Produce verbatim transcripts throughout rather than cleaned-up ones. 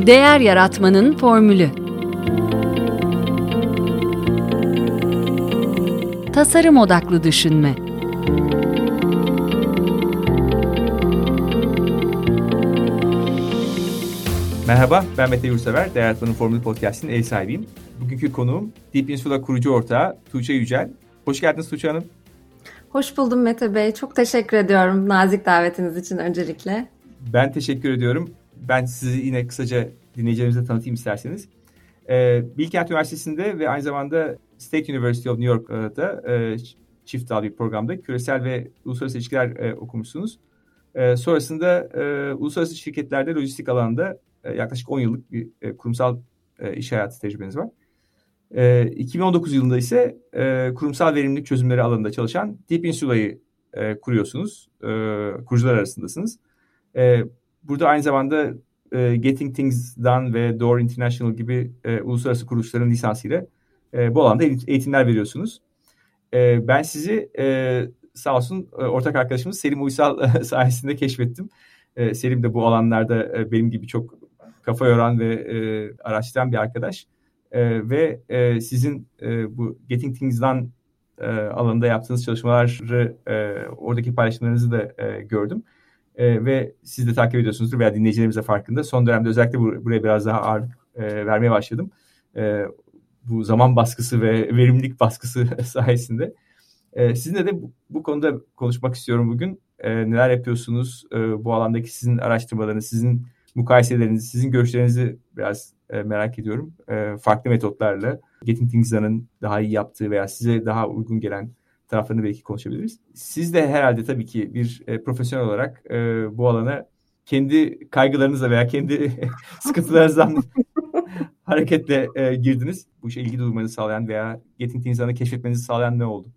Değer yaratmanın formülü. Tasarım odaklı düşünme. Merhaba, ben Mete Yurtsever, Değer Yaratmanın Formülü Podcast'inin ev sahibiyim. Bugünkü konuğum Deep Insula kurucu ortağı Tuğçe Yücel. Hoş geldiniz Tuğçe Hanım. Hoş buldum Mete Bey. Çok teşekkür ediyorum nazik davetiniz için öncelikle. Ben teşekkür ediyorum. Ben sizi yine kısaca dinleyicilerimize tanıtayım isterseniz. Ee, Bilkent Üniversitesi'nde ve aynı zamanda State University of New York'ta e, çift dal bir programda küresel ve uluslararası ilişkiler e, okumuşsunuz. E, sonrasında e, uluslararası şirketlerde lojistik alanında e, yaklaşık on yıllık bir e, kurumsal e, iş hayatı tecrübeniz var. E, iki bin on dokuz yılında ise e, kurumsal verimlilik çözümleri alanında çalışan Deep Insula'yı e, kuruyorsunuz. E, kurucular arasındasınız. E, burada aynı zamanda e, Getting Things Done ve Door International gibi e, uluslararası kuruluşların lisansıyla e, bu alanda eğitimler veriyorsunuz. E, ben sizi e, sağ olsun e, ortak arkadaşımız Selim Uysal sayesinde keşfettim. E, Selim de bu alanlarda e, benim gibi çok kafa yoran ve e, araştıran bir arkadaş. E, ve e, sizin e, bu Getting Things Done e, alanında yaptığınız çalışmaları, e, oradaki paylaşımlarınızı da e, gördüm. E, ve siz de takip ediyorsunuzdur veya dinleyicilerimiz de farkında. Son dönemde özellikle bur- buraya biraz daha ağırlık e, vermeye başladım. E, bu zaman baskısı ve verimlilik baskısı sayesinde. E, sizinle de bu, bu konuda konuşmak istiyorum bugün. E, neler yapıyorsunuz? E, bu alandaki sizin araştırmalarınız, sizin mukayeselerinizi, sizin görüşlerinizi biraz e, merak ediyorum. E, farklı metotlarla Getting Things Done'ın daha iyi yaptığı veya size daha uygun gelen taraflarını belki konuşabiliriz. Siz de herhalde tabii ki bir e, profesyonel olarak e, bu alana kendi kaygılarınızla veya kendi sıkıntılarınızdan hareketle e, girdiniz. Bu işe ilgi duymanızı sağlayan veya Getting Things Done'ı keşfetmenizi sağlayan ne oldu?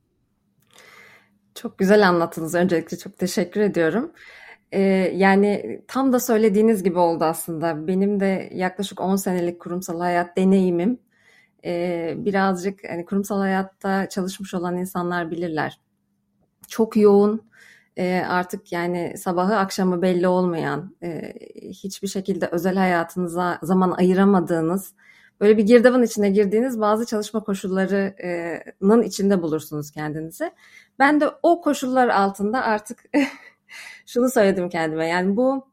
Çok güzel anlattınız. Öncelikle çok teşekkür ediyorum. Ee, yani tam da söylediğiniz gibi oldu aslında. Benim de yaklaşık on senelik kurumsal hayat deneyimim. Ee, birazcık hani kurumsal hayatta çalışmış olan insanlar bilirler. Çok yoğun, e, artık yani sabahı akşamı belli olmayan, e, hiçbir şekilde özel hayatınıza zaman ayıramadığınız, böyle bir girdabın içine girdiğiniz bazı çalışma koşullarının içinde bulursunuz kendinizi. Ben de o koşullar altında artık şunu söyledim kendime. Yani bu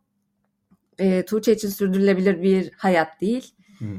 e, Tuğçe için sürdürülebilir bir hayat değil.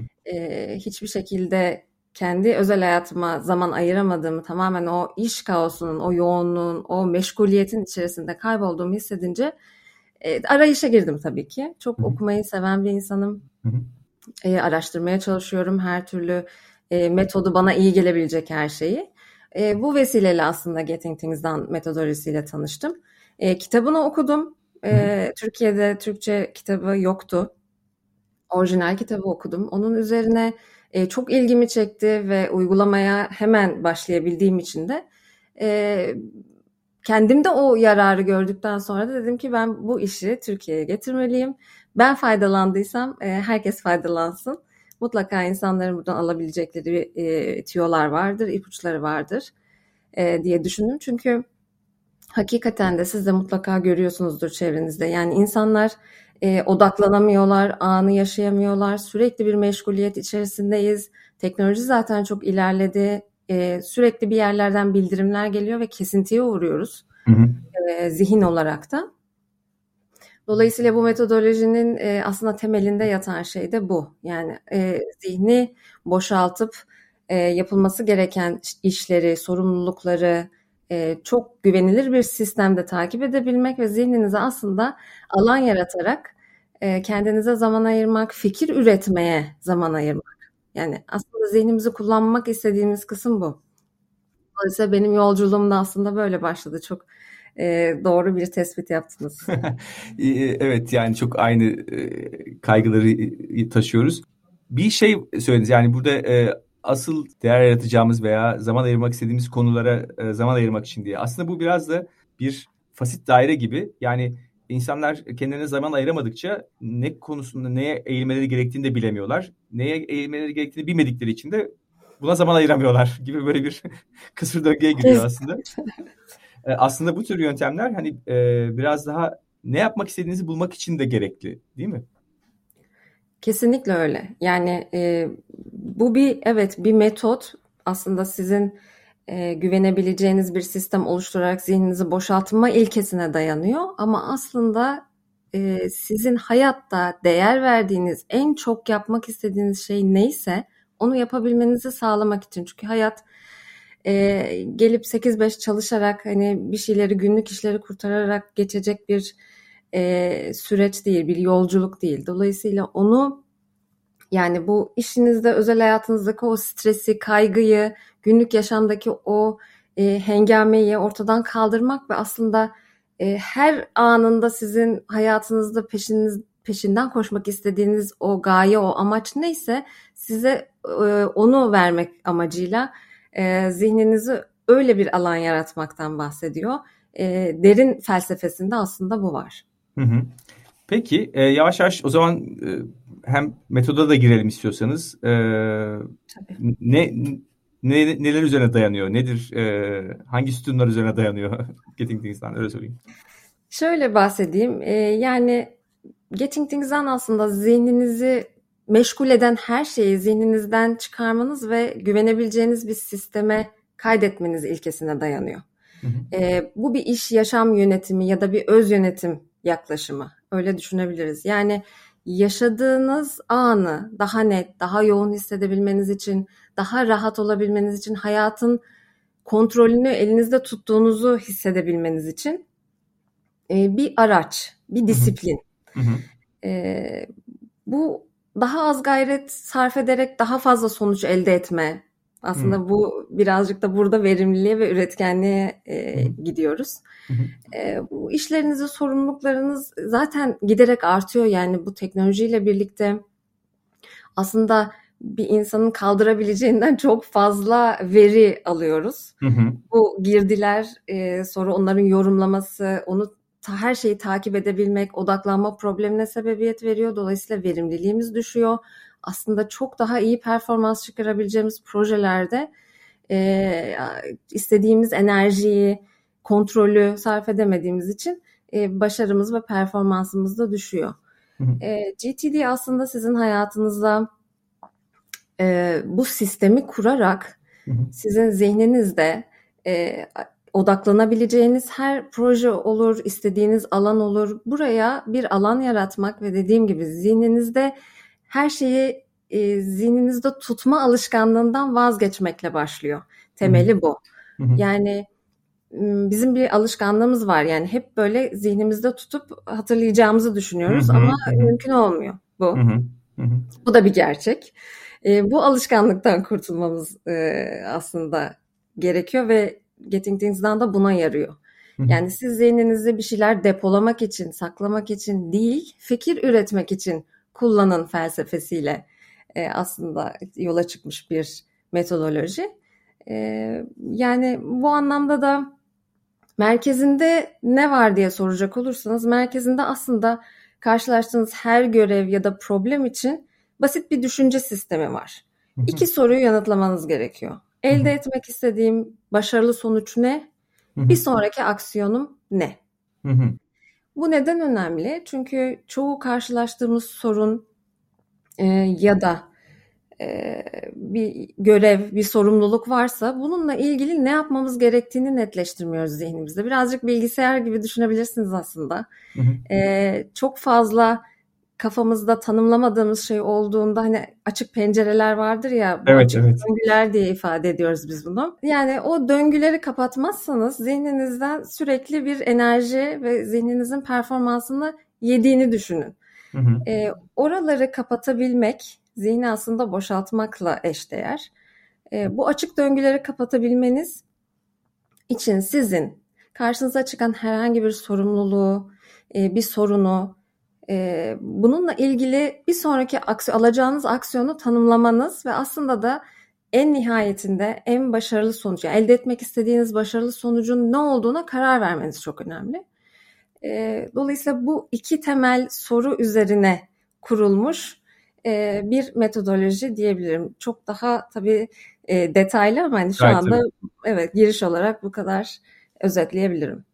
E, hiçbir şekilde kendi özel hayatıma zaman ayıramadığımı, tamamen o iş kaosunun, o yoğunluğun, o meşguliyetin içerisinde kaybolduğumu hissedince e, arayışa girdim tabii ki. Çok Hı-hı. okumayı seven bir insanım. E, araştırmaya çalışıyorum her türlü e, metodu, bana iyi gelebilecek her şeyi. E, bu vesileyle aslında Getting Things Done metodolojisiyle tanıştım. E, kitabını okudum. E, Türkiye'de Türkçe kitabı yoktu. Orijinal kitabı okudum. Onun üzerine e, çok ilgimi çekti ve uygulamaya hemen başlayabildiğim için de e, kendimde o yararı gördükten sonra da dedim ki ben bu işi Türkiye'ye getirmeliyim. Ben faydalandıysam e, herkes faydalansın. Mutlaka insanların buradan alabilecekleri e, tüyolar vardır, ipuçları vardır e, diye düşündüm. Çünkü hakikaten de siz de mutlaka görüyorsunuzdur çevrenizde. Yani insanlar e, odaklanamıyorlar, anı yaşayamıyorlar. Sürekli bir meşguliyet içerisindeyiz. Teknoloji zaten çok ilerledi. E, sürekli bir yerlerden bildirimler geliyor ve kesintiye uğruyoruz. Hı hı. E, zihin olarak da. Dolayısıyla bu metodolojinin e, aslında temelinde yatan şey de bu. Yani e, zihni boşaltıp e, yapılması gereken işleri, sorumlulukları e, çok güvenilir bir sistemde takip edebilmek ve zihninize aslında alan yaratarak e, kendinize zaman ayırmak, fikir üretmeye zaman ayırmak. Yani aslında zihnimizi kullanmak istediğimiz kısım bu. Dolayısıyla benim yolculuğum da aslında böyle başladı. Çok e, doğru bir tespit yaptınız. Evet, yani çok aynı e, kaygıları taşıyoruz. Bir şey söylediniz, yani burada e, asıl değer yaratacağımız veya zaman ayırmak istediğimiz konulara e, zaman ayırmak için diye. Aslında bu biraz da bir fasit daire gibi. Yani insanlar kendilerine zaman ayıramadıkça ne konusunda neye eğilmeleri gerektiğini de bilemiyorlar. Neye eğilmeleri gerektiğini bilmedikleri için de buna zaman ayıramıyorlar gibi böyle bir kısır döngüye giriyor aslında. E, aslında bu tür yöntemler hani e, biraz daha ne yapmak istediğinizi bulmak için de gerekli, değil mi? Kesinlikle öyle. Yani e, bu bir evet bir metot aslında sizin e, güvenebileceğiniz bir sistem oluşturarak zihninizi boşaltma ilkesine dayanıyor. Ama aslında e, sizin hayatta değer verdiğiniz, en çok yapmak istediğiniz şey neyse onu yapabilmenizi sağlamak için. Çünkü hayat e, gelip sekiz beş çalışarak hani bir şeyleri günlük işleri kurtararak geçecek bir e, süreç değil, bir yolculuk değil. Dolayısıyla onu yani bu işinizde, özel hayatınızdaki o stresi, kaygıyı, günlük yaşamdaki o e, hengameyi ortadan kaldırmak ve aslında e, her anında sizin hayatınızda peşiniz, peşinden koşmak istediğiniz o gaye, o amaç neyse size e, onu vermek amacıyla e, zihninizi öyle bir alan yaratmaktan bahsediyor. E, derin felsefesinde aslında bu var. Hı hı. Peki e, yavaş yavaş o zaman e, hem metoda da girelim istiyorsanız. E, Tabii. ne ne neler üzerine dayanıyor? Nedir? E, hangi sütunlar üzerine dayanıyor? Getting Things'ten öyle söyleyeyim. Şöyle bahsedeyim. E, yani Getting Things'den aslında zihninizi meşgul eden her şeyi zihninizden çıkarmanız ve güvenebileceğiniz bir sisteme kaydetmeniz ilkesine dayanıyor. Hı hı. E, bu bir iş yaşam yönetimi ya da bir öz yönetim yaklaşımı. Öyle düşünebiliriz. Yani yaşadığınız anı daha net, daha yoğun hissedebilmeniz için, daha rahat olabilmeniz için, hayatın kontrolünü elinizde tuttuğunuzu hissedebilmeniz için e, bir araç, bir disiplin. Hı hı. E, bu daha az gayret sarf ederek daha fazla sonuç elde etme. Aslında Hı. bu birazcık da burada verimliliğe ve üretkenliğe e, Hı. gidiyoruz. Hı hı. E, bu işlerinizi, sorumluluklarınız zaten giderek artıyor. Yani bu teknolojiyle birlikte aslında bir insanın kaldırabileceğinden çok fazla veri alıyoruz. Hı hı. Bu girdiler, e, sonra onların yorumlaması, onu her şeyi takip edebilmek, odaklanma problemine sebebiyet veriyor. Dolayısıyla verimliliğimiz düşüyor. Aslında çok daha iyi performans çıkarabileceğimiz projelerde e, istediğimiz enerjiyi, kontrolü sarf edemediğimiz için e, başarımız ve performansımız da düşüyor. Hı hı. E, G T D aslında sizin hayatınızda e, bu sistemi kurarak Hı hı. sizin zihninizde e, odaklanabileceğiniz her proje olur, istediğiniz alan olur. Buraya bir alan yaratmak ve dediğim gibi zihninizde her şeyi e, zihninizde tutma alışkanlığından vazgeçmekle başlıyor. Temeli bu. Hı hı. Yani bizim bir alışkanlığımız var. Yani hep böyle zihnimizde tutup hatırlayacağımızı düşünüyoruz Hı hı. ama Hı hı. mümkün olmuyor bu. Hı hı. Hı hı. Bu da bir gerçek. E, bu alışkanlıktan kurtulmamız e, aslında gerekiyor ve Getting Things'dan da buna yarıyor. Hı hı. Yani siz zihninizde bir şeyler depolamak için, saklamak için değil, fikir üretmek için kullanın felsefesiyle e, aslında yola çıkmış bir metodoloji. E, yani bu anlamda da merkezinde ne var diye soracak olursanız, merkezinde aslında karşılaştığınız her görev ya da problem için basit bir düşünce sistemi var. Hı hı. İki soruyu yanıtlamanız gerekiyor. Elde etmek istediğim başarılı sonuç ne? Hı hı. Bir sonraki aksiyonum ne? Hı hı. Bu neden önemli? Çünkü çoğu karşılaştığımız sorun e, ya da e, bir görev, bir sorumluluk varsa bununla ilgili ne yapmamız gerektiğini netleştirmiyoruz zihnimizde. Birazcık bilgisayar gibi düşünebilirsiniz aslında. Hı hı. E, çok fazla kafamızda tanımlamadığımız şey olduğunda hani açık pencereler vardır ya, bu Evet, açık evet. döngüler diye ifade ediyoruz biz bunu. Yani o döngüleri kapatmazsanız zihninizden sürekli bir enerji ve zihninizin performansını yediğini düşünün. Hı hı. E, oraları kapatabilmek zihni aslında boşaltmakla eşdeğer. E, bu açık döngüleri kapatabilmeniz için sizin karşınıza çıkan herhangi bir sorumluluğu, e, bir sorunu, e, bununla ilgili bir sonraki aksiyon, alacağınız aksiyonu tanımlamanız ve aslında da en nihayetinde en başarılı sonuç, yani elde etmek istediğiniz başarılı sonucun ne olduğuna karar vermeniz çok önemli. E, dolayısıyla bu iki temel soru üzerine kurulmuş e, bir metodoloji diyebilirim. Çok daha tabii e, detaylı ama hani şu Gayet anda tabii. evet giriş olarak bu kadar özetleyebilirim.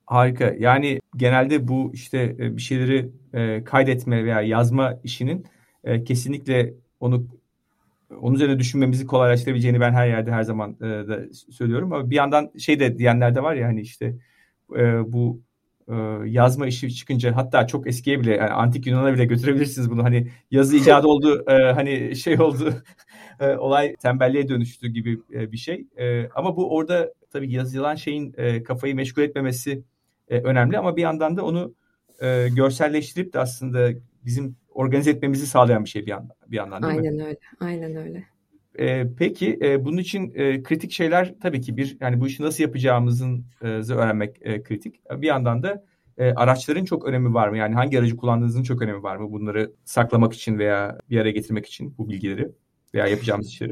Harika. Yani genelde bu işte e, bir şeyleri e, kaydetme veya yazma işinin e, kesinlikle onu onun üzerine düşünmemizi kolaylaştırabileceğini ben her yerde her zaman e, da söylüyorum. Ama bir yandan şey de diyenler de var ya hani işte e, bu e, yazma işi çıkınca hatta çok eskiye bile yani antik Yunan'a bile götürebilirsiniz bunu. Hani yazı icadı oldu e, hani şey oldu e, olay tembelliğe dönüştü gibi e, bir şey. E, ama bu orada tabii yazılan şeyin e, kafayı meşgul etmemesi e, önemli ama bir yandan da onu e, görselleştirip de aslında bizim organize etmemizi sağlayan bir şey bir yandan, bir yandan değil mi? Aynen öyle. Aynen öyle. Ee, peki e, bunun için e, kritik şeyler tabii ki bir yani bu işi nasıl yapacağımızın e, öğrenmek e, kritik. Bir yandan da e, araçların çok önemi var mı? Yani hangi aracı kullandığınızın çok önemi var mı? Bunları saklamak için veya bir araya getirmek için bu bilgileri veya yapacağımız işleri.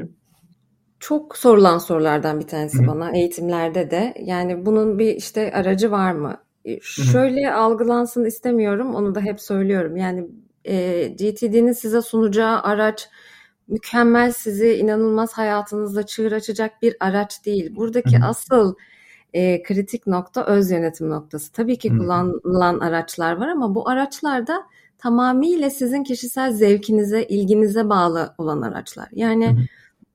Çok sorulan sorulardan bir tanesi Hı-hı. bana eğitimlerde de. Yani bunun bir işte aracı var mı? E, Şöyle Hı-hı. algılansın istemiyorum. Onu da hep söylüyorum. Yani e, G T D'nin size sunacağı araç mükemmel sizi inanılmaz hayatınızda çığır açacak bir araç değil. Buradaki Hı-hı. asıl e, kritik nokta öz yönetim noktası. Tabii ki Hı-hı. kullanılan araçlar var ama bu araçlarda tamamıyla sizin kişisel zevkinize, ilginize bağlı olan araçlar. Yani Hı-hı.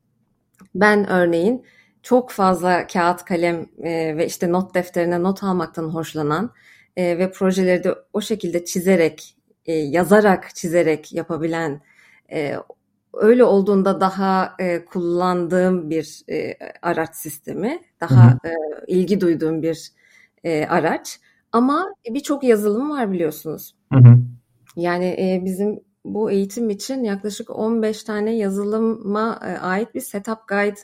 ben örneğin çok fazla kağıt, kalem e, ve işte not defterine not almaktan hoşlanan e, ve projeleri de o şekilde çizerek, e, yazarak, çizerek yapabilen, e, öyle olduğunda daha e, kullandığım bir e, araç sistemi, daha hı hı. E, ilgi duyduğum bir e, araç. Ama birçok yazılım var biliyorsunuz. Hı hı. Yani e, bizim bu eğitim için yaklaşık on beş tane yazılıma e, ait bir setup guide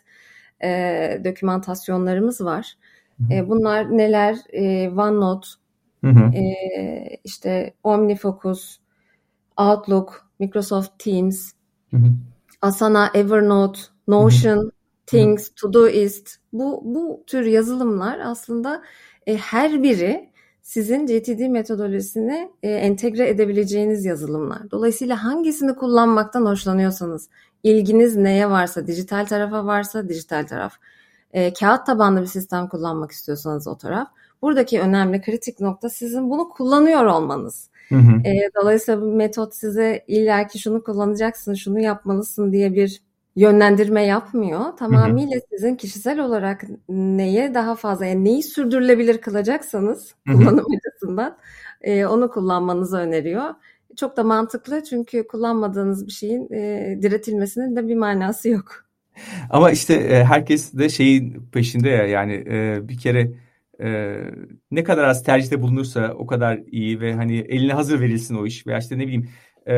e, dokümantasyonlarımız var. Hı hı. E, bunlar neler? E, OneNote, hı hı. E, işte OmniFocus, Outlook, Microsoft Teams, hı hı. Asana, Evernote, Notion, hı hı. Things, Todoist. Bu bu tür yazılımlar aslında e, her biri sizin G T D metodolojisine e, entegre edebileceğiniz yazılımlar. Dolayısıyla hangisini kullanmaktan hoşlanıyorsanız, ilginiz neye varsa, dijital tarafa varsa dijital taraf, e, kağıt tabanlı bir sistem kullanmak istiyorsanız o taraf. Buradaki önemli kritik nokta sizin bunu kullanıyor olmanız. Hı hı. E, dolayısıyla bu metot size illaki şunu kullanacaksın, şunu yapmalısın diye bir yönlendirme yapmıyor. Tamamıyla hı hı. sizin kişisel olarak neye daha fazla, yani neyi sürdürülebilir kılacaksanız hı hı. kullanım açısından e, onu kullanmanızı öneriyor. Çok da mantıklı çünkü kullanmadığınız bir şeyin e, diretilmesinin de bir manası yok. Ama işte e, herkes de şeyin peşinde ya yani e, bir kere e, ne kadar az tercihte bulunursa o kadar iyi ve hani eline hazır verilsin o iş veya işte ne bileyim e,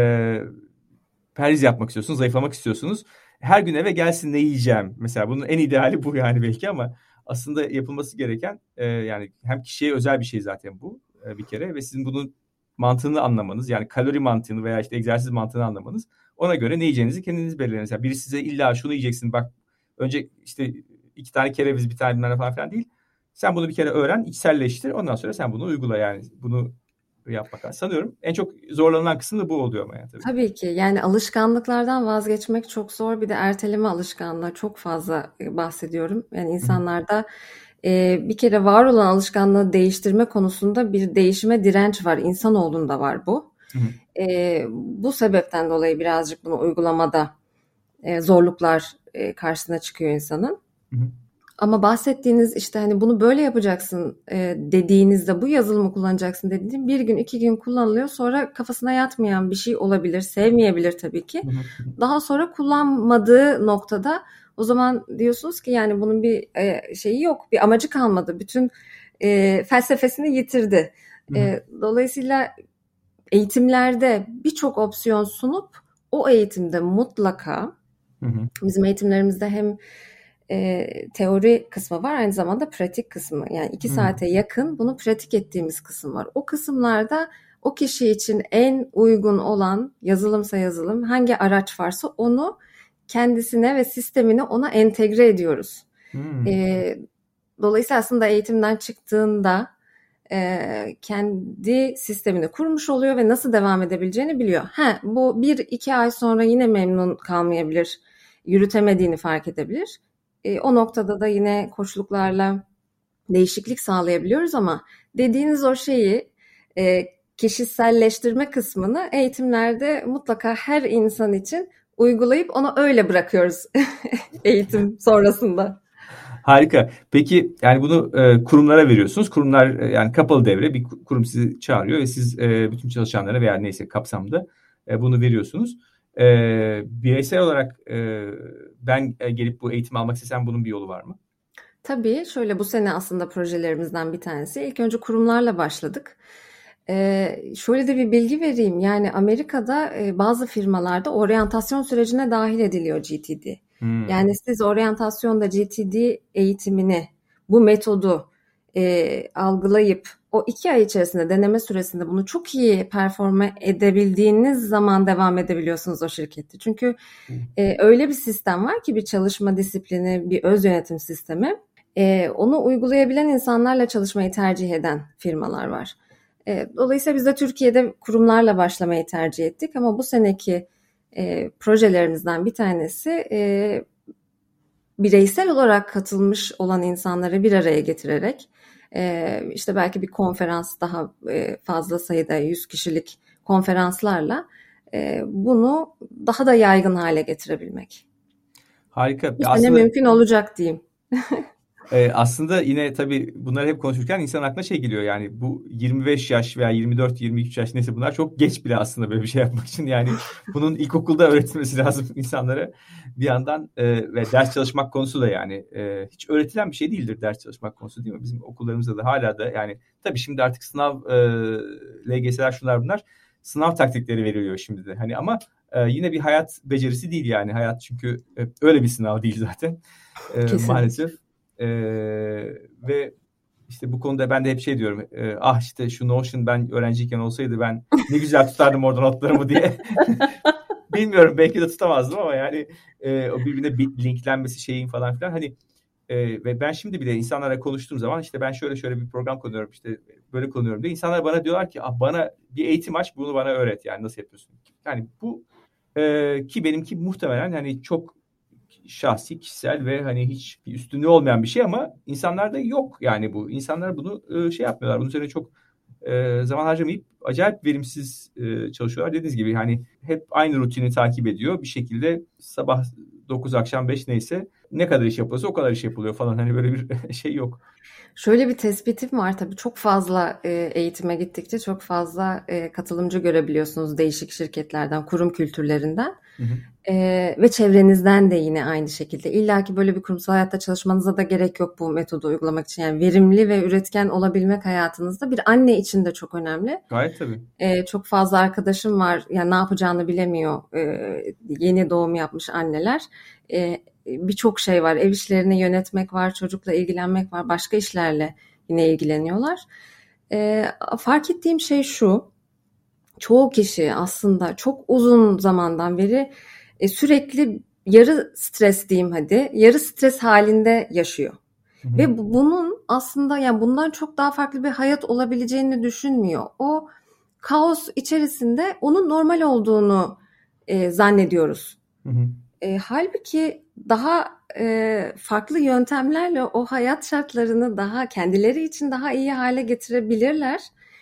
perhiz yapmak istiyorsunuz, zayıflamak istiyorsunuz. Her gün eve gelsin ne yiyeceğim. Mesela bunun en ideali bu yani belki ama aslında yapılması gereken e, yani hem kişiye özel bir şey zaten bu e, bir kere ve sizin bunun mantığını anlamanız yani kalori mantığını veya işte egzersiz mantığını anlamanız. Ona göre ne yiyeceğinizi kendiniz belirleyin. Mesela biri size illa şunu yiyeceksin bak önce işte iki tane kereviz bir tane bilmem falan filan değil. Sen bunu bir kere öğren, içselleştir. Ondan sonra sen bunu uygula yani. Bunu yapmak. Sanıyorum en çok zorlanılan kısım da bu oluyor ama yani tabii. Tabii ki yani alışkanlıklardan vazgeçmek çok zor. Bir de erteleme alışkanlığı çok fazla bahsediyorum. Yani insanlarda e, bir kere var olan alışkanlığı değiştirme konusunda bir değişime direnç var. İnsanoğlunda var bu. Hı hı. E, bu sebepten dolayı birazcık bunu uygulamada e, zorluklar e, karşısına çıkıyor insanın. Hı hı. Ama bahsettiğiniz işte hani bunu böyle yapacaksın e, dediğinizde bu yazılımı kullanacaksın dediğinde bir gün iki gün kullanılıyor sonra kafasına yatmayan bir şey olabilir, sevmeyebilir tabii ki. Hı hı. Daha sonra kullanmadığı noktada o zaman diyorsunuz ki yani bunun bir e, şeyi yok, bir amacı kalmadı, bütün e, felsefesini yitirdi. Hı hı. E, dolayısıyla eğitimlerde birçok opsiyon sunup o eğitimde mutlaka hı hı. bizim eğitimlerimizde hem e, teori kısmı var aynı zamanda pratik kısmı. Yani iki hmm. saate yakın bunu pratik ettiğimiz kısım var. O kısımlarda o kişi için en uygun olan yazılımsa yazılım hangi araç varsa onu kendisine ve sistemine ona entegre ediyoruz. Hmm. E, dolayısıyla aslında eğitimden çıktığında e, kendi sistemini kurmuş oluyor ve nasıl devam edebileceğini biliyor. Ha, bu bir iki ay sonra yine memnun kalmayabilir, yürütemediğini fark edebilir. E, o noktada da yine koçluklarla değişiklik sağlayabiliyoruz ama dediğiniz o şeyi e, kişiselleştirme kısmını eğitimlerde mutlaka her insan için uygulayıp onu öyle bırakıyoruz eğitim sonrasında. Harika. Peki yani bunu e, kurumlara veriyorsunuz. Kurumlar e, yani kapalı devre bir kurum sizi çağırıyor ve siz e, bütün çalışanlara veya neyse kapsamda e, bunu veriyorsunuz. E, bireysel olarak e, ben e, gelip bu eğitimi almak istesem bunun bir yolu var mı? Tabii şöyle bu sene aslında projelerimizden bir tanesi. İlk önce kurumlarla başladık. Ee, şöyle de bir bilgi vereyim. Yani Amerika'da e, bazı firmalarda oryantasyon sürecine dahil ediliyor G T D. Hmm. Yani siz oryantasyonda G T D eğitimini, bu metodu e, algılayıp o iki ay içerisinde deneme süresinde bunu çok iyi performe edebildiğiniz zaman devam edebiliyorsunuz o şirkette. Çünkü e, öyle bir sistem var ki bir çalışma disiplini, bir öz yönetim sistemi. E, onu uygulayabilen insanlarla çalışmayı tercih eden firmalar var. E, dolayısıyla biz de Türkiye'de kurumlarla başlamayı tercih ettik ama bu seneki e, projelerimizden bir tanesi e, bireysel olarak katılmış olan insanları bir araya getirerek e, işte belki bir konferans daha e, fazla sayıda yüz kişilik konferanslarla e, bunu daha da yaygın hale getirebilmek. Harika. Bu sene mümkün olacak diyeyim. Ee, aslında yine tabii bunları hep konuşurken insan aklına şey geliyor yani bu yirmi beş yaş veya yirmi dört yirmi üç yaş neyse bunlar çok geç bile aslında böyle bir şey yapmak için. Yani bunun ilkokulda öğretilmesi lazım insanlara bir yandan e, ve ders çalışmak konusu da yani e, hiç öğretilen bir şey değildir ders çalışmak konusu değil mi? Bizim okullarımızda da hala da yani tabii şimdi artık sınav e, L G S'ler şunlar bunlar sınav taktikleri veriliyor şimdi de hani ama e, yine bir hayat becerisi değil yani hayat çünkü e, öyle bir sınav değil zaten e, maalesef. Ee, ve işte bu konuda ben de hep şey diyorum e, ah işte şu Notion ben öğrenciyken olsaydı ben ne güzel tutardım orada notlarımı diye. Bilmiyorum belki de tutamazdım ama yani e, o birbirine linklenmesi şeyin falan filan hani e, ve ben şimdi bile insanlara konuştuğum zaman işte ben şöyle şöyle bir program kullanıyorum işte böyle kullanıyorum diye insanlar bana diyorlar ki ah bana bir eğitim aç bunu bana öğret yani nasıl yapıyorsun? Yani bu e, ki benimki muhtemelen hani çok şahsi, kişisel ve hani hiç bir üstünlüğü olmayan bir şey ama insanlarda yok yani bu. İnsanlar bunu e, şey yapmıyorlar. Bunun üzerine çok e, zaman harcamayıp acayip verimsiz e, çalışıyorlar. Dediğiniz gibi hani hep aynı rutini takip ediyor. Bir şekilde sabah dokuz akşam beş neyse ne kadar iş yapılıyorsa o kadar iş yapılıyor falan. Hani böyle bir şey yok. Şöyle bir tespitim var tabii çok fazla e, eğitime gittikçe çok fazla e, katılımcı görebiliyorsunuz değişik şirketlerden, kurum kültürlerinden Hı hı. e, ve çevrenizden de yine aynı şekilde. İlla ki böyle bir kurumsal hayatta çalışmanıza da gerek yok bu metodu uygulamak için. Yani verimli ve üretken olabilmek hayatınızda bir anne için de çok önemli. Gayet tabii. E, çok fazla arkadaşım var yani ne yapacağını bilemiyor e, yeni doğum yapmış anneler. E, birçok şey var. Ev işlerini yönetmek var, çocukla ilgilenmek var, başka işlerle yine ilgileniyorlar. E, fark ettiğim şey şu, çoğu kişi aslında çok uzun zamandan beri e, sürekli yarı stres diyeyim hadi, yarı stres halinde yaşıyor. Hı hı. Ve bunun aslında yani bundan çok daha farklı bir hayat olabileceğini düşünmüyor. O kaos içerisinde onun normal olduğunu e, zannediyoruz. Hı hı. E, halbuki daha e, farklı yöntemlerle o hayat şartlarını daha kendileri için daha iyi hale getirebilirler.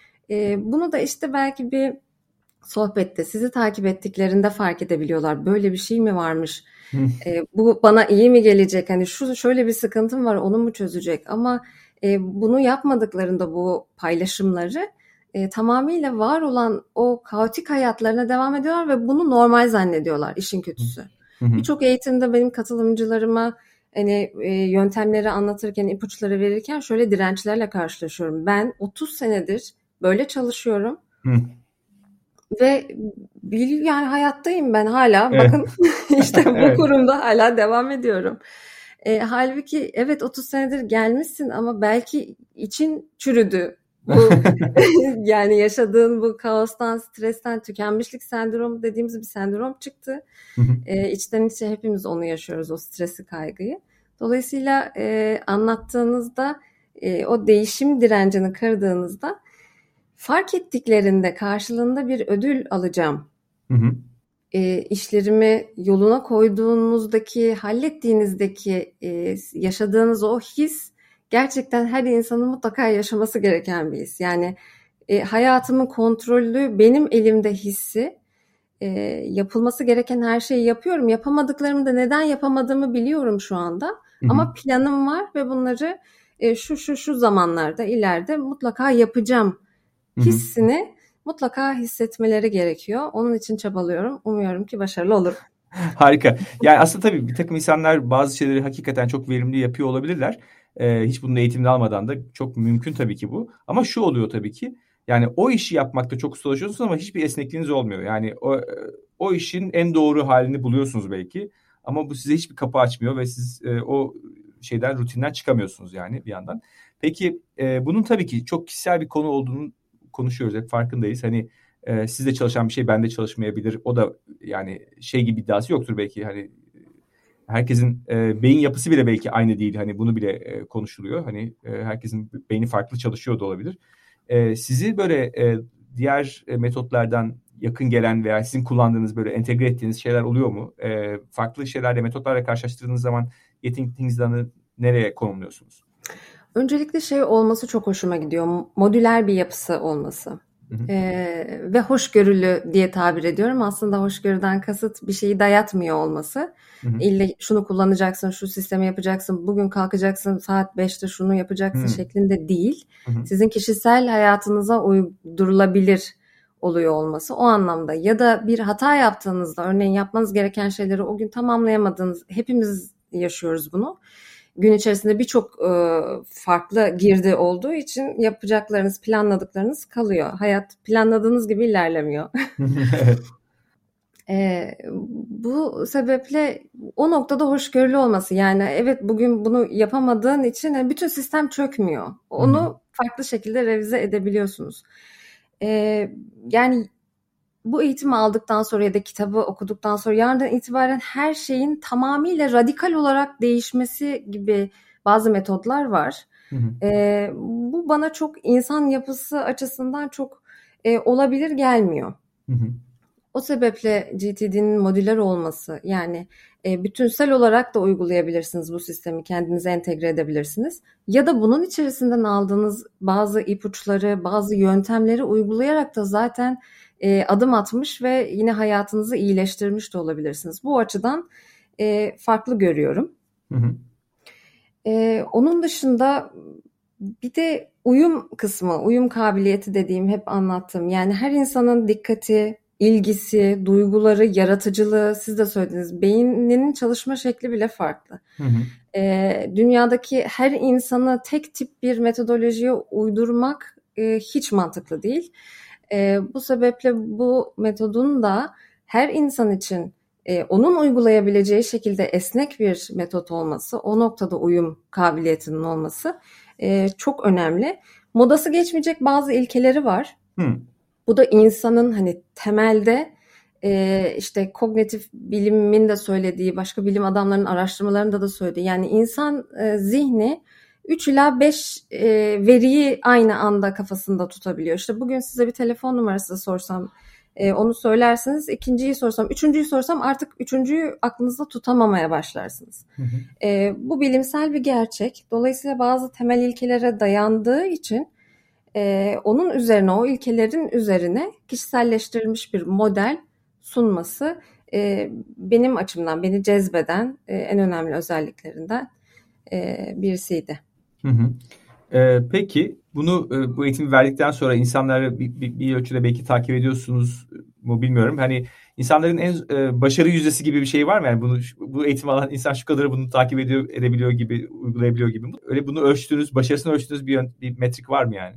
E, bunu da işte belki bir sohbette sizi takip ettiklerinde fark edebiliyorlar. Böyle bir şey mi varmış? e, bu bana iyi mi gelecek? Hani şu şöyle bir sıkıntım var, onu mu çözecek? Ama e, bunu yapmadıklarında bu paylaşımları e, tamamıyla var olan o kaotik hayatlarına devam ediyorlar ve bunu normal zannediyorlar. İşin kötüsü. Birçok eğitimde benim katılımcılarıma hani e, yöntemleri anlatırken, ipuçları verirken şöyle dirençlerle karşılaşıyorum. Ben otuz senedir böyle çalışıyorum. Hı. Ve bil yani hayattayım ben hala. Evet. Bakın işte bu evet. kurumda hala devam ediyorum. E, halbuki evet otuz senedir gelmişsin ama belki için çürüdü. Bu yani yaşadığın bu kaostan, stresten, tükenmişlik sendromu dediğimiz bir sendrom çıktı. e, içten içe hepimiz onu yaşıyoruz, o stresi, kaygıyı. Dolayısıyla e, anlattığınızda e, o değişim direncini kırdığınızda fark ettiklerinde karşılığında bir ödül alacağım. Hı hı. E, işlerimi yoluna koyduğunuzdaki, hallettiğinizdeki e, yaşadığınız o his gerçekten her insanın mutlaka yaşaması gereken bir his. Yani e, hayatımın kontrolü benim elimde hissi, e, yapılması gereken her şeyi yapıyorum. Yapamadıklarımı da neden yapamadığımı biliyorum şu anda. Hı hı. Ama planım var ve bunları e, şu şu şu zamanlarda ileride mutlaka yapacağım hissini hı hı. mutlaka hissetmeleri gerekiyor. Onun için çabalıyorum. Umuyorum ki başarılı olurum. Harika. Yani aslında tabii bir takım insanlar bazı şeyleri hakikaten çok verimli yapıyor olabilirler. Ee, hiç bunun eğitimini almadan da çok mümkün tabii ki bu. Ama şu oluyor tabii ki. Yani o işi yapmakta çok ustalaşıyorsunuz ama hiçbir esnekliğiniz olmuyor. Yani o, o işin en doğru halini buluyorsunuz belki. Ama bu size hiçbir kapı açmıyor ve siz e, o şeyden, rutinden çıkamıyorsunuz yani bir yandan. Peki e, bunun tabii ki çok kişisel bir konu olduğunu konuşuyoruz. Hep farkındayız. Hani e, sizde çalışan bir şey bende çalışmayabilir. O da yani şey gibi iddiası yoktur belki. Hani herkesin e, beyin yapısı bile belki aynı değil. Hani bunu bile e, konuşuluyor. Hani e, herkesin beyni farklı çalışıyor da olabilir. E, sizi böyle e, diğer e, metotlardan yakın gelen veya sizin kullandığınız böyle entegre ettiğiniz şeyler oluyor mu? E, farklı şeylerle, metotlarla karşılaştırdığınız zaman yeteneğinizden nereye konumluyorsunuz? Öncelikle şey olması çok hoşuma gidiyor. Modüler bir yapısı olması. Hı hı. Ee, ve hoşgörülü diye tabir ediyorum. Aslında hoşgörüden kasıt bir şeyi dayatmıyor olması. Hı hı. İlle şunu kullanacaksın, şu sistemi yapacaksın, bugün kalkacaksın, saat beşte şunu yapacaksın hı. şeklinde değil. Hı hı. Sizin kişisel hayatınıza uydurulabilir oluyor olması o anlamda. Ya da bir hata yaptığınızda, örneğin yapmanız gereken şeyleri o gün tamamlayamadığınız, hepimiz yaşıyoruz bunu. Gün içerisinde birçok e, farklı girdi olduğu için yapacaklarınız, planladıklarınız kalıyor. Hayat planladığınız gibi ilerlemiyor. e, bu sebeple o noktada hoşgörülü olması. Yani evet bugün bunu yapamadığın için bütün sistem çökmüyor. Onu Hı-hı. farklı şekilde revize edebiliyorsunuz. E, yani bu eğitimi aldıktan sonra ya da kitabı okuduktan sonra yarından itibaren her şeyin tamamıyla radikal olarak değişmesi gibi bazı metodlar var. Hı hı. E, bu bana çok insan yapısı açısından çok e, olabilir gelmiyor. Hı hı. O sebeple G T D'nin modüler olması, yani e, bütünsel olarak da uygulayabilirsiniz bu sistemi, kendinize entegre edebilirsiniz. Ya da bunun içerisinden aldığınız bazı ipuçları, bazı yöntemleri uygulayarak da zaten e, adım atmış ve yine hayatınızı iyileştirmiş de olabilirsiniz. Bu açıdan e, farklı görüyorum. Hı hı. E, onun dışında bir de uyum kısmı, uyum kabiliyeti dediğim, hep anlattığım. Yani her insanın dikkati, ilgisi, duyguları, yaratıcılığı, siz de söylediniz, beyninin çalışma şekli bile farklı. Hı hı. E, dünyadaki her insanı tek tip bir metodolojiye uydurmak e, hiç mantıklı değil. E, bu sebeple bu metodun da her insan için e, onun uygulayabileceği şekilde esnek bir metot olması, o noktada uyum kabiliyetinin olması e, çok önemli. Modası geçmeyecek bazı ilkeleri var. Hı. Bu da insanın hani temelde e, işte kognitif bilimin de söylediği, başka bilim adamlarının araştırmalarında da söylediği, yani insan e, zihni üç ila beş e, veriyi aynı anda kafasında tutabiliyor. İşte bugün size bir telefon numarası sorsam e, onu söylersiniz. İkinciyi sorsam, üçüncüyü sorsam artık üçüncüyü aklınızda tutamamaya başlarsınız. Hı hı. E, bu bilimsel bir gerçek. Dolayısıyla bazı temel ilkelere dayandığı için e, onun üzerine, o ilkelerin üzerine kişiselleştirilmiş bir model sunması e, benim açımdan beni cezbeden e, en önemli özelliklerinden e, birisiydi. Hı hı. Ee, peki bunu e, bu eğitimi verdikten sonra insanları bir, bir, bir ölçüde belki takip ediyorsunuz mu bilmiyorum. Hani insanların en e, başarı yüzdesi gibi bir şey var mı? Yani bunu bu eğitimi alan insan şu kadarı bunu takip ediyor, edebiliyor gibi, uygulayabiliyor gibi. Öyle bunu ölçtüğünüz, başarısını ölçtüğünüz bir, bir metrik var mı yani?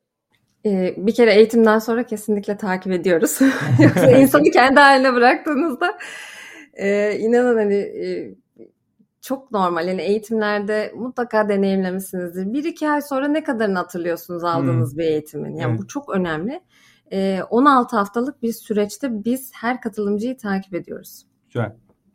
Ee, bir kere eğitimden sonra kesinlikle takip ediyoruz. Yoksa insanı kendi haline bıraktığınızda e, inanın hani e, çok normal. Yani eğitimlerde mutlaka deneyimlemişsinizdir. Bir iki ay sonra ne kadarını hatırlıyorsunuz aldığınız hmm. bir eğitimin? Yani evet. Bu çok önemli. Ee, on altı haftalık bir süreçte biz her katılımcıyı takip ediyoruz. Güzel.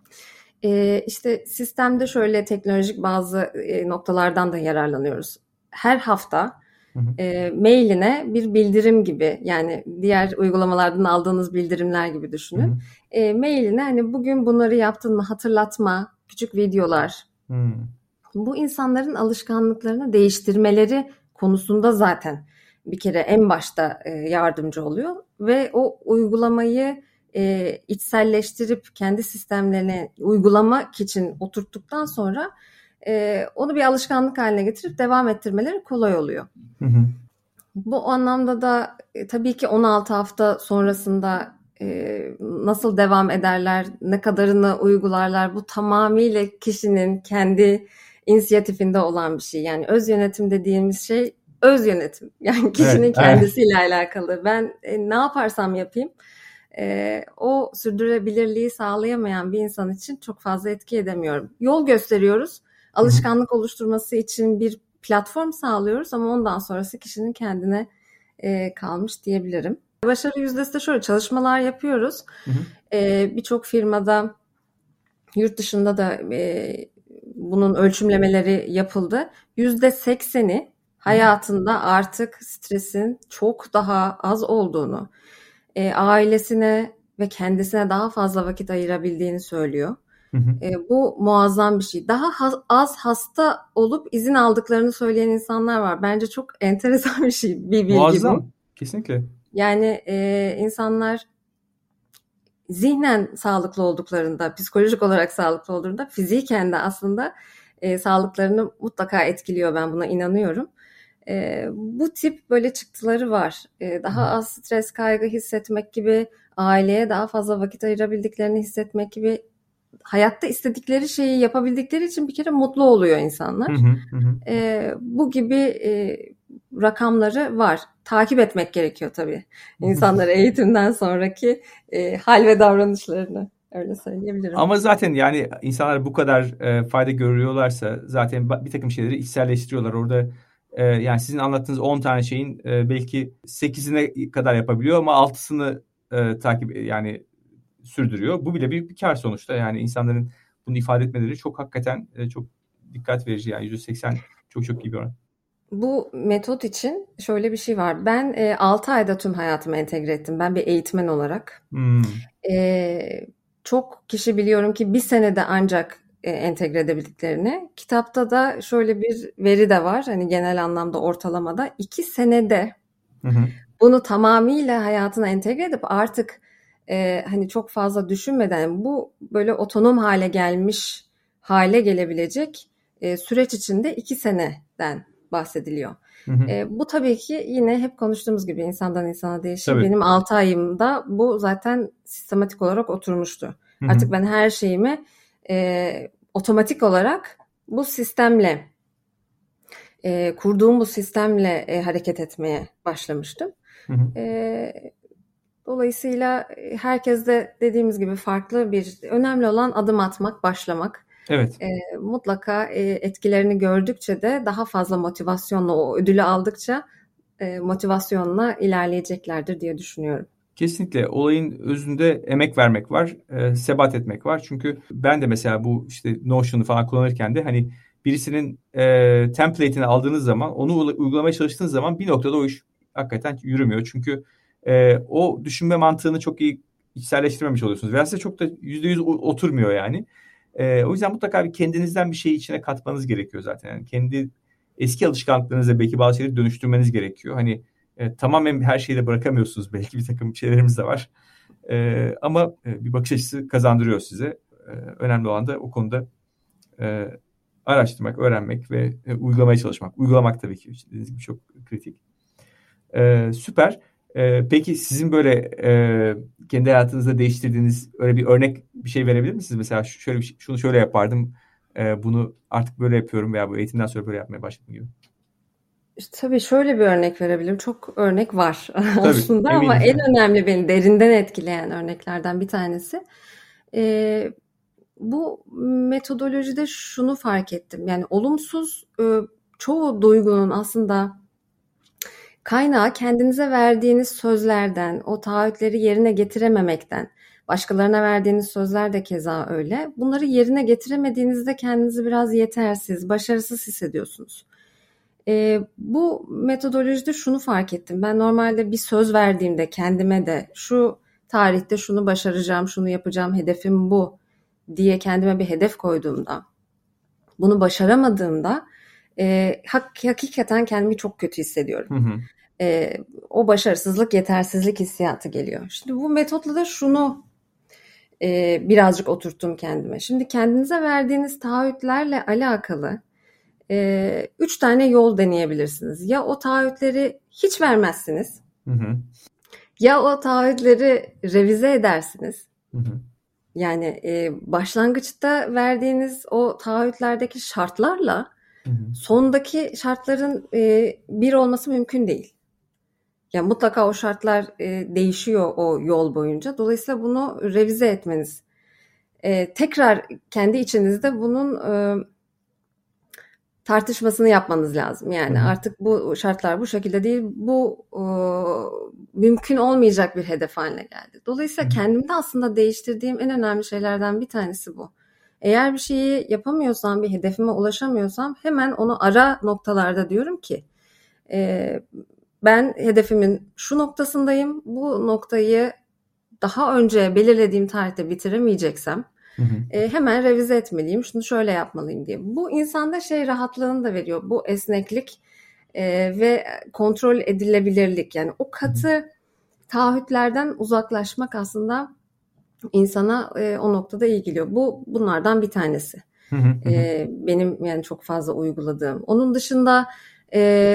Ee, işte sistemde şöyle teknolojik bazı e, noktalardan da yararlanıyoruz. Her hafta hı hı. E, mailine bir bildirim gibi, yani diğer uygulamalardan aldığınız bildirimler gibi düşünün. Hı hı. E, mailine hani bugün bunları yaptın mı hatırlatma, küçük videolar. Hmm. Bu insanların alışkanlıklarını değiştirmeleri konusunda zaten bir kere en başta e, yardımcı oluyor ve o uygulamayı e, içselleştirip kendi sistemlerine uygulamak için oturttuktan sonra e, onu bir alışkanlık haline getirip devam ettirmeleri kolay oluyor. Hı hı. Bu anlamda da e, tabii ki on altı hafta sonrasında e, nasıl devam ederler, ne kadarını uygularlar, bu tamamıyla kişinin kendi inisiyatifinde olan bir şey. Yani öz yönetim dediğimiz şey öz yönetim. Yani kişinin Evet, kendisiyle evet. alakalı. Ben e, ne yaparsam yapayım e, o sürdürülebilirliği sağlayamayan bir insan için çok fazla etki edemiyorum. Yol gösteriyoruz. Alışkanlık Hı-hı. oluşturması için bir platform sağlıyoruz ama ondan sonrası kişinin kendine e, kalmış diyebilirim. Başarı yüzdesi de şöyle, çalışmalar yapıyoruz. E, birçok firmada, yurt dışında da e, bunun ölçümlemeleri yapıldı. yüzde sekseni hayatında artık stresin çok daha az olduğunu, e, ailesine ve kendisine daha fazla vakit ayırabildiğini söylüyor. Hı hı. E, bu muazzam bir şey. Daha ha- az hasta olup izin aldıklarını söyleyen insanlar var. Bence çok enteresan bir şey, bir bilgi muazzam. bu. Kesinlikle. Yani e, insanlar zihnen sağlıklı olduklarında, psikolojik olarak sağlıklı olduğunda fiziken de aslında e, sağlıklarını mutlaka etkiliyor. Ben buna inanıyorum. E, bu tip böyle çıktıları var. E, daha az stres, kaygı hissetmek gibi, aileye daha fazla vakit ayırabildiklerini hissetmek gibi, hayatta istedikleri şeyi yapabildikleri için bir kere mutlu oluyor insanlar. Hı hı, hı. E, bu gibi e, rakamları var. Takip etmek gerekiyor tabii. İnsanları eğitimden sonraki e, hal ve davranışlarını, öyle söyleyebilirim. Ama zaten yani insanlar bu kadar e, fayda görüyorlarsa zaten bir takım şeyleri içselleştiriyorlar. Orada e, yani sizin anlattığınız on tane şeyin e, belki sekizine kadar yapabiliyor ama altısını e, takip yani sürdürüyor. Bu bile bir, bir kar sonuçta. Yani insanların bunu ifade etmeleri çok hakikaten e, çok dikkat verici. Yani yüzde seksen çok çok iyi bir oran. Bu metot için şöyle bir şey var. Ben e, altı ayda tüm hayatımı entegre ettim. Ben bir eğitmen olarak. Hmm. E, çok kişi biliyorum ki bir senede ancak e, entegre edebildiklerini. Kitapta da şöyle bir veri de var. Hani genel anlamda ortalamada iki senede hı hı. bunu tamamıyla hayatına entegre edip artık e, hani çok fazla düşünmeden bu böyle otonom hale gelmiş hale gelebilecek e, süreç içinde iki seneden bahsediliyor. Hı hı. E, bu tabii ki yine hep konuştuğumuz gibi insandan insana değişir. Tabii. Benim altı ayımda bu zaten sistematik olarak oturmuştu. Hı hı. Artık ben her şeyimi e, otomatik olarak bu sistemle e, kurduğum bu sistemle e, hareket etmeye başlamıştım. Hı hı. E, dolayısıyla herkes de dediğimiz gibi farklı bir, önemli olan adım atmak, başlamak. Evet. E, mutlaka e, etkilerini gördükçe de daha fazla motivasyonla, o ödülü aldıkça e, motivasyonla ilerleyeceklerdir diye düşünüyorum. Kesinlikle olayın özünde emek vermek var, e, sebat etmek var. Çünkü ben de mesela bu işte Notion'u falan kullanırken de hani birisinin e, template'ini aldığınız zaman, onu uygulamaya çalıştığınız zaman bir noktada o iş hakikaten yürümüyor. Çünkü e, o düşünme mantığını çok iyi içselleştirmemiş oluyorsunuz. Veya size çok da yüzde yüz oturmuyor yani. E, o yüzden mutlaka bir kendinizden bir şeyi içine katmanız gerekiyor zaten. Yani kendi eski alışkanlıklarınızla belki bazı şeyleri dönüştürmeniz gerekiyor. Hani e, tamamen her şeyi de bırakamıyorsunuz. Belki bir takım şeylerimiz de var. E, ama e, bir bakış açısı kazandırıyor size. E, önemli olan da o konuda e, araştırmak, öğrenmek ve e, uygulamaya çalışmak. Uygulamak tabii ki dediğiniz gibi çok kritik. E, süper. E, peki sizin böyle e, kendi hayatınızda değiştirdiğiniz öyle bir örnek bir şey verebilir misiniz? Mesela şöyle bir şey, şunu şöyle yapardım. E, bunu artık böyle yapıyorum veya bu eğitimden sonra böyle yapmaya başladım gibi. İşte tabii şöyle bir örnek verebilirim. Çok örnek var aslında tabii, ama en önemli beni derinden etkileyen örneklerden bir tanesi. Ee, bu metodolojide şunu fark ettim. Yani olumsuz e, çoğu duygunun aslında kaynağı kendinize verdiğiniz sözlerden, o taahhütleri yerine getirememekten, başkalarına verdiğiniz sözler de keza öyle. Bunları yerine getiremediğinizde kendinizi biraz yetersiz, başarısız hissediyorsunuz. E, bu metodolojide şunu fark ettim. Ben normalde bir söz verdiğimde kendime de şu tarihte şunu başaracağım, şunu yapacağım, hedefim bu diye kendime bir hedef koyduğumda, bunu başaramadığımda e, hak, hakikaten kendimi çok kötü hissediyorum. Hı hı. e, o başarısızlık, yetersizlik hissiyatı geliyor. Şimdi bu metotla da şunu e, birazcık oturttum kendime. Şimdi kendinize verdiğiniz taahhütlerle alakalı e, üç tane yol deneyebilirsiniz. Ya o taahhütleri hiç vermezsiniz. Hı hı. Ya o taahhütleri revize edersiniz. Hı hı. Yani e, başlangıçta verdiğiniz o taahhütlerdeki şartlarla hı hı. sondaki şartların e, bir olması mümkün değil. Yani mutlaka o şartlar e, değişiyor o yol boyunca. Dolayısıyla bunu revize etmeniz, e, tekrar kendi içinizde bunun e, tartışmasını yapmanız lazım. Yani hı hı. artık bu şartlar bu şekilde değil, bu e, mümkün olmayacak bir hedef haline geldi. Dolayısıyla hı hı. kendimde aslında değiştirdiğim en önemli şeylerden bir tanesi bu. Eğer bir şeyi yapamıyorsam, bir hedefime ulaşamıyorsam hemen onu ara noktalarda diyorum ki e, ben hedefimin şu noktasındayım, bu noktayı daha önce belirlediğim tarihte bitiremeyeceksem hı hı. E, hemen revize etmeliyim, şunu şöyle yapmalıyım diye. Bu insanda şey rahatlığını da veriyor, bu esneklik e, ve kontrol edilebilirlik. Yani o katı hı hı. taahhütlerden uzaklaşmak aslında insana e, o noktada iyi geliyor. Bu bunlardan bir tanesi. Hı hı hı. E, benim yani çok fazla uyguladığım. Onun dışında e,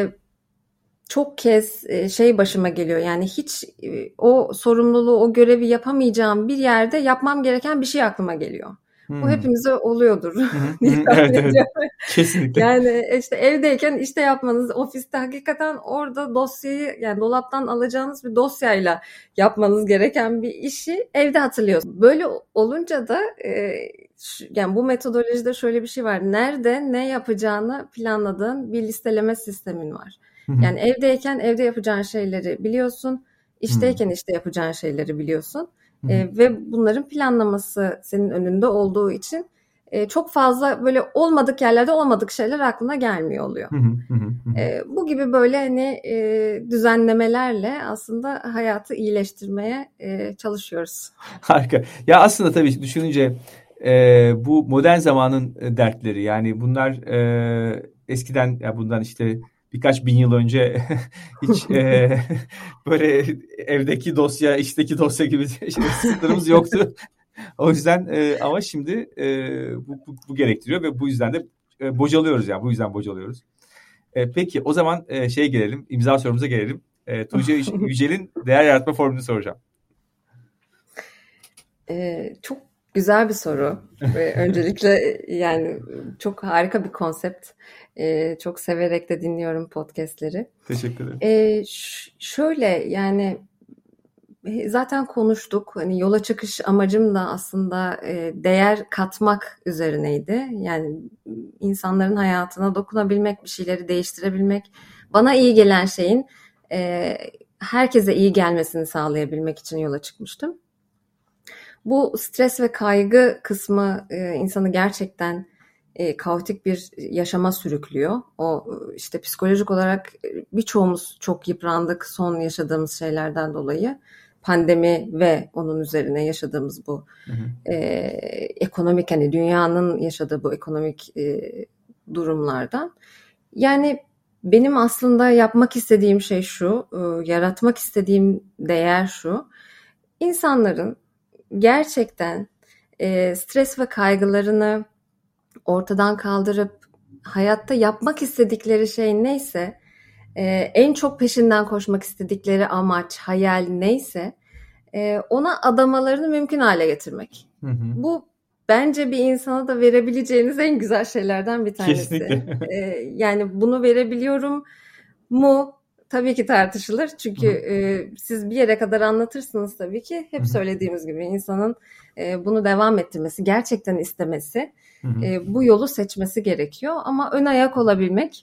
çok kez şey başıma geliyor, yani hiç o sorumluluğu, o görevi yapamayacağım bir yerde yapmam gereken bir şey aklıma geliyor. Hmm. Bu hepimize oluyordur. Evet, evet. Kesinlikle. Yani işte evdeyken işte yapmanız, ofiste hakikaten orada dosyayı, yani dolaptan alacağınız bir dosyayla yapmanız gereken bir işi evde hatırlıyorsunuz. Böyle olunca da e, yani bu metodolojide şöyle bir şey var. Nerede ne yapacağını planladığın bir listeleme sistemin var. Yani evdeyken evde yapacağın şeyleri biliyorsun, işteyken hmm. işte yapacağın şeyleri biliyorsun hmm. e, ve bunların planlaması senin önünde olduğu için e, çok fazla böyle olmadık yerlerde olmadık şeyler aklına gelmiyor oluyor. Hmm. Hmm. E, bu gibi böyle hani e, düzenlemelerle aslında hayatı iyileştirmeye e, çalışıyoruz. Harika. Ya aslında tabii düşününce e, bu modern zamanın dertleri, yani bunlar e, eskiden, ya bundan işte birkaç bin yıl önce hiç e, böyle evdeki dosya, işteki dosya gibi sınırımız yoktu. O yüzden e, ama şimdi e, bu, bu, bu gerektiriyor ve bu yüzden de e, bocalıyoruz, yani bu yüzden bocalıyoruz. E, peki o zaman e, şey gelelim, imza sorumuza gelelim. E, Tuğçe Yücel'in değer yaratma formülünü soracağım. E, çok güzel bir soru. Ve öncelikle yani çok harika bir konsept. Ee, çok severek de dinliyorum podcastleri. Teşekkür ederim. Ee, ş- şöyle yani zaten konuştuk. Hani yola çıkış amacım da aslında e, değer katmak üzerineydi. Yani insanların hayatına dokunabilmek, bir şeyleri değiştirebilmek, bana iyi gelen şeyin e, herkese iyi gelmesini sağlayabilmek için yola çıkmıştım. Bu stres ve kaygı kısmı e, insanı gerçekten e, kaotik bir yaşama sürüklüyor. O işte psikolojik olarak birçoğumuz çok yıprandık son yaşadığımız şeylerden dolayı. Pandemi ve onun üzerine yaşadığımız bu hı hı. E, ekonomik, hani dünyanın yaşadığı bu ekonomik e, durumlardan. Yani benim aslında yapmak istediğim şey şu, e, yaratmak istediğim değer şu. İnsanların gerçekten e, stres ve kaygılarını ortadan kaldırıp hayatta yapmak istedikleri şey neyse, e, en çok peşinden koşmak istedikleri amaç, hayal neyse e, ona adamalarını mümkün hale getirmek. Hı hı. Bu bence bir insana da verebileceğiniz en güzel şeylerden bir tanesi. Kesinlikle. E, yani bunu verebiliyorum mu? Tabii ki tartışılır. Çünkü e, siz bir yere kadar anlatırsınız tabii ki. Hep söylediğimiz gibi insanın e, bunu devam ettirmesi, gerçekten istemesi, e, bu yolu seçmesi gerekiyor. Ama ön ayak olabilmek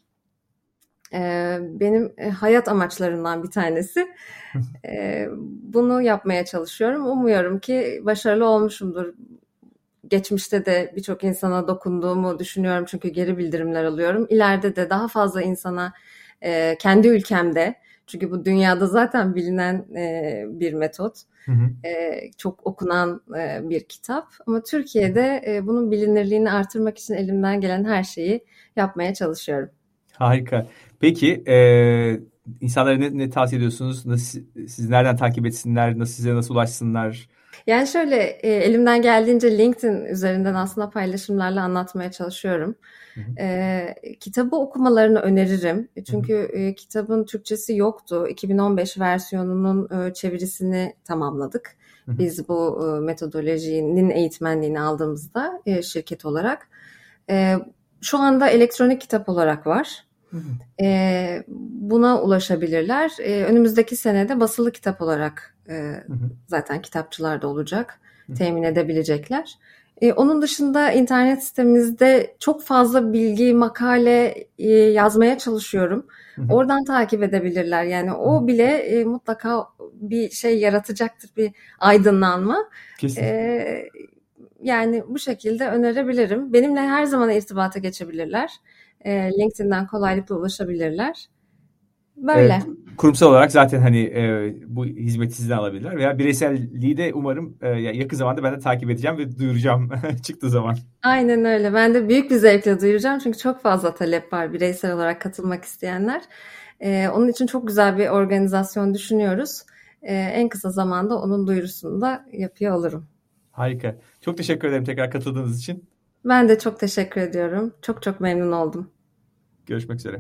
e, benim e, hayat amaçlarımdan bir tanesi. E, bunu yapmaya çalışıyorum. Umuyorum ki başarılı olmuşumdur. Geçmişte de birçok insana dokunduğumu düşünüyorum. Çünkü geri bildirimler alıyorum. İleride de daha fazla insana kendi ülkemde, çünkü bu dünyada zaten bilinen bir metot, hı hı. çok okunan bir kitap, ama Türkiye'de bunun bilinirliğini artırmak için elimden gelen her şeyi yapmaya çalışıyorum. Harika. Peki e, insanlara ne, ne tavsiye ediyorsunuz? Nasıl, siz nereden takip etsinler? Nasıl size nasıl ulaşsınlar? Yani şöyle e, elimden geldiğince LinkedIn üzerinden aslında paylaşımlarla anlatmaya çalışıyorum. Hı hı. E, kitabı okumalarını öneririm. Çünkü hı hı. E, kitabın Türkçesi yoktu. iki bin on beş versiyonunun e, çevirisini tamamladık. Hı hı. Biz bu e, metodolojinin eğitmenliğini aldığımızda e, şirket olarak. E, şu anda elektronik kitap olarak var. Hı hı. E, buna ulaşabilirler. E, önümüzdeki senede basılı kitap olarak e, hı hı. zaten kitapçılarda olacak. Hı hı. Temin edebilecekler. E, onun dışında internet sitemizde çok fazla bilgi, makale e, yazmaya çalışıyorum. Hı hı. Oradan takip edebilirler. Yani o bile e, mutlaka bir şey yaratacaktır, bir aydınlanma. Kesinlikle. E, yani bu şekilde önerebilirim. Benimle her zaman irtibata geçebilirler. LinkedIn'den kolaylıkla ulaşabilirler. Böyle. Evet, kurumsal olarak zaten hani e, bu hizmeti sizden alabilirler veya bireyselliği de umarım e, yakın zamanda ben de takip edeceğim ve duyuracağım çıktığı zaman. Aynen öyle. Ben de büyük bir zevkle duyuracağım çünkü çok fazla talep var bireysel olarak katılmak isteyenler. E, onun için çok güzel bir organizasyon düşünüyoruz. E, en kısa zamanda onun duyurusunu da yapıyor olurum. Harika. Çok teşekkür ederim tekrar katıldığınız için. Ben de çok teşekkür ediyorum. Çok çok memnun oldum. Görüşmek üzere.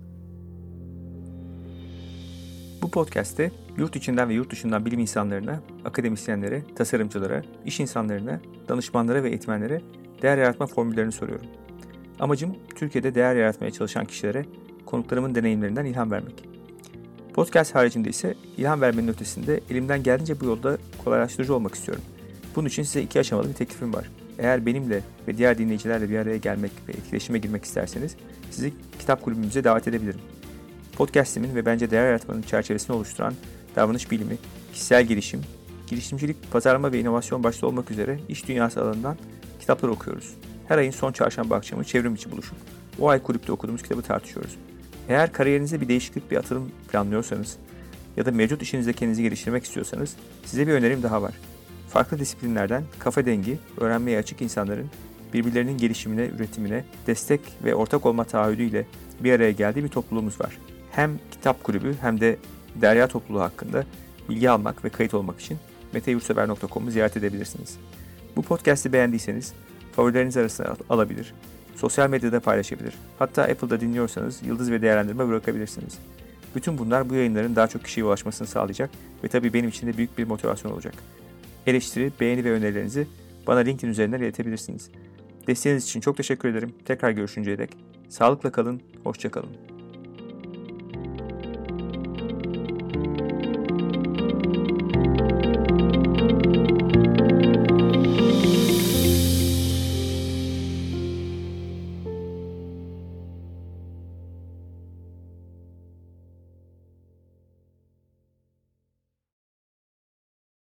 Bu podcast'te yurt içinden ve yurt dışından bilim insanlarına, akademisyenlere, tasarımcılara, iş insanlarına, danışmanlara ve eğitmenlere değer yaratma formüllerini soruyorum. Amacım Türkiye'de değer yaratmaya çalışan kişilere konuklarımın deneyimlerinden ilham vermek. Podcast haricinde ise ilham vermenin ötesinde elimden geldiğince bu yolda kolaylaştırıcı olmak istiyorum. Bunun için size iki aşamalı bir teklifim var. Eğer benimle ve diğer dinleyicilerle bir araya gelmek ve etkileşime girmek isterseniz sizi kitap kulübümüze davet edebilirim. Podcast'imin ve bence değer yaratmanın çerçevesini oluşturan davranış bilimi, kişisel gelişim, girişimcilik, pazarlama ve inovasyon başta olmak üzere iş dünyası alanından kitaplar okuyoruz. Her ayın son çarşamba akşamı çevrim içi buluşup o ay kulüpte okuduğumuz kitabı tartışıyoruz. Eğer kariyerinize bir değişiklik, bir atılım planlıyorsanız ya da mevcut işinizde kendinizi geliştirmek istiyorsanız size bir önerim daha var. Farklı disiplinlerden kafa dengi, öğrenmeye açık insanların birbirlerinin gelişimine, üretimine destek ve ortak olma taahhüdüyle bir araya geldiği bir topluluğumuz var. Hem kitap kulübü hem de Derya topluluğu hakkında bilgi almak ve kayıt olmak için mete yurtsever nokta com'u ziyaret edebilirsiniz. Bu podcast'i beğendiyseniz favorileriniz arasına alabilir, sosyal medyada paylaşabilir, hatta Apple'da dinliyorsanız yıldız ve değerlendirme bırakabilirsiniz. Bütün bunlar bu yayınların daha çok kişiye ulaşmasını sağlayacak ve tabii benim için de büyük bir motivasyon olacak. Eleştiri, beğeni ve önerilerinizi bana LinkedIn üzerinden iletebilirsiniz. Desteğiniz için çok teşekkür ederim. Tekrar görüşünceye dek sağlıkla kalın, hoşça kalın.